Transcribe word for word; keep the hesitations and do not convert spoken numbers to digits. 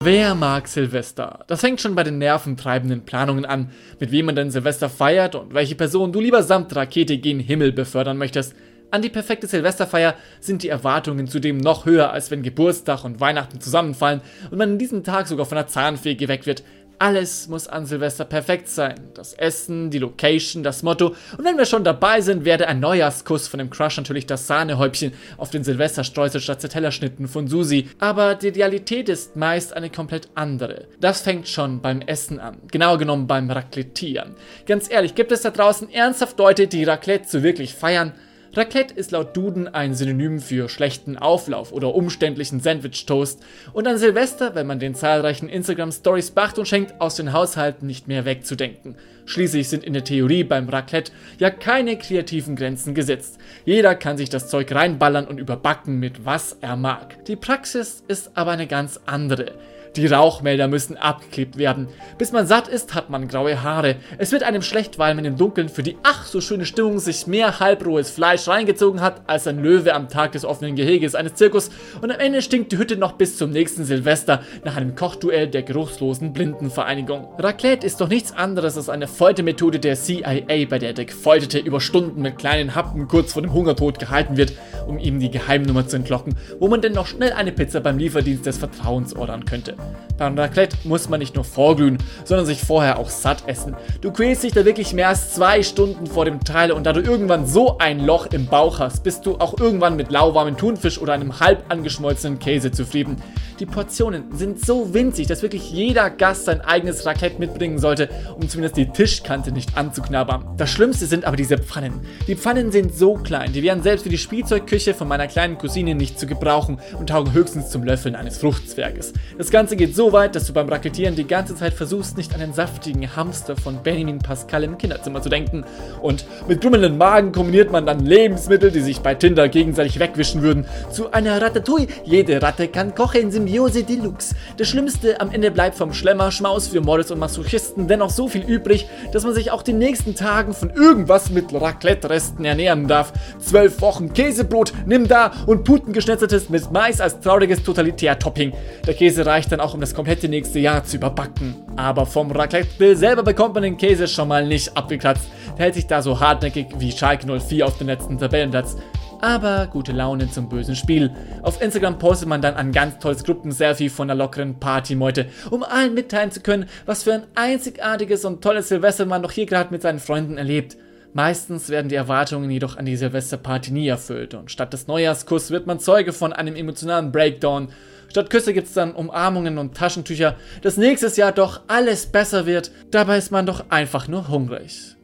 Wer mag Silvester? Das fängt schon bei den nerventreibenden Planungen an, mit wem man denn Silvester feiert und welche Person du lieber samt Rakete gen Himmel befördern möchtest. An die perfekte Silvesterfeier sind die Erwartungen zudem noch höher, als wenn Geburtstag und Weihnachten zusammenfallen und man an diesem Tag sogar von der Zahnfee geweckt wird. Alles muss an Silvester perfekt sein. Das Essen, die Location, das Motto. Und wenn wir schon dabei sind, werde ein Neujahrskuss von dem Crush natürlich das Sahnehäubchen auf den Silvesterstreusel statt Tellerschnitten von Susi. Aber die Realität ist meist eine komplett andere. Das fängt schon beim Essen an. Genauer genommen beim Raclettieren. Ganz ehrlich, gibt es da draußen ernsthaft Leute, die Raclette so wirklich feiern? Raclette ist laut Duden ein Synonym für schlechten Auflauf oder umständlichen Sandwich-Toast und an Silvester, wenn man den zahlreichen Instagram-Stories Beachtung schenkt, aus den Haushalten nicht mehr wegzudenken. Schließlich sind in der Theorie beim Raclette ja keine kreativen Grenzen gesetzt. Jeder kann sich das Zeug reinballern und überbacken mit was er mag. Die Praxis ist aber eine ganz andere. Die Rauchmelder müssen abgeklebt werden. Bis man satt ist, hat man graue Haare. Es wird einem schlecht, weil man im Dunkeln für die ach so schöne Stimmung sich mehr halbrohes Fleisch reingezogen hat, als ein Löwe am Tag des offenen Geheges eines Zirkus. Und am Ende stinkt die Hütte noch bis zum nächsten Silvester nach einem Kochduell der geruchslosen Blindenvereinigung. Raclette ist doch nichts anderes als eine Foltermethode der C I A, bei der der Gefolterte über Stunden mit kleinen Happen kurz vor dem Hungertod gehalten wird, um ihm die Geheimnummer zu entlocken, wo man denn noch schnell eine Pizza beim Lieferdienst des Vertrauens ordern könnte. Beim Raclette muss man nicht nur vorglühen, sondern sich vorher auch satt essen. Du quälst dich da wirklich mehr als zwei Stunden vor dem Teil und da du irgendwann so ein Loch im Bauch hast, bist du auch irgendwann mit lauwarmem Thunfisch oder einem halb angeschmolzenen Käse zufrieden. Die Portionen sind so winzig, dass wirklich jeder Gast sein eigenes Raclette mitbringen sollte, um zumindest die Tischkante nicht anzuknabbern. Das Schlimmste sind aber diese Pfannen. Die Pfannen sind so klein, die wären selbst für die Spielzeugküche von meiner kleinen Cousine nicht zu gebrauchen und taugen höchstens zum Löffeln eines Fruchtzwerges. Das Ganze geht so weit, dass du beim Raclettieren die ganze Zeit versuchst, nicht an den saftigen Hamster von Benjamin Pascal im Kinderzimmer zu denken. Und mit grummelnden Magen kombiniert man dann Lebensmittel, die sich bei Tinder gegenseitig wegwischen würden, zu einer Ratatouille. Jede Ratte kann kochen, Symbiose Deluxe. Das Schlimmste, am Ende bleibt vom Schlemmer-Schmaus für Models und Masochisten dennoch so viel übrig, dass man sich auch die nächsten Tagen von irgendwas mit Raclette-Resten ernähren darf. Zwölf Wochen Käsebrot, nimm da und Putengeschnetzeltes mit Mais als trauriges Totalitär-Topping. Der Käse reicht dann auch, um das komplette nächste Jahr zu überbacken. Aber vom Raclette-Bill selber bekommt man den Käse schon mal nicht abgekratzt. Der hält sich da so hartnäckig wie Schalke null vier auf den letzten Tabellenplatz. Aber gute Laune zum bösen Spiel. Auf Instagram postet man dann ein ganz tolles Gruppenselfie von einer lockeren Partymeute, um allen mitteilen zu können, was für ein einzigartiges und tolles Silvester man doch hier gerade mit seinen Freunden erlebt. Meistens werden die Erwartungen jedoch an die Silvesterparty nie erfüllt und statt des Neujahrskuss wird man Zeuge von einem emotionalen Breakdown. Statt Küsse gibt's dann Umarmungen und Taschentücher, dass nächstes Jahr doch alles besser wird. Dabei ist man doch einfach nur hungrig.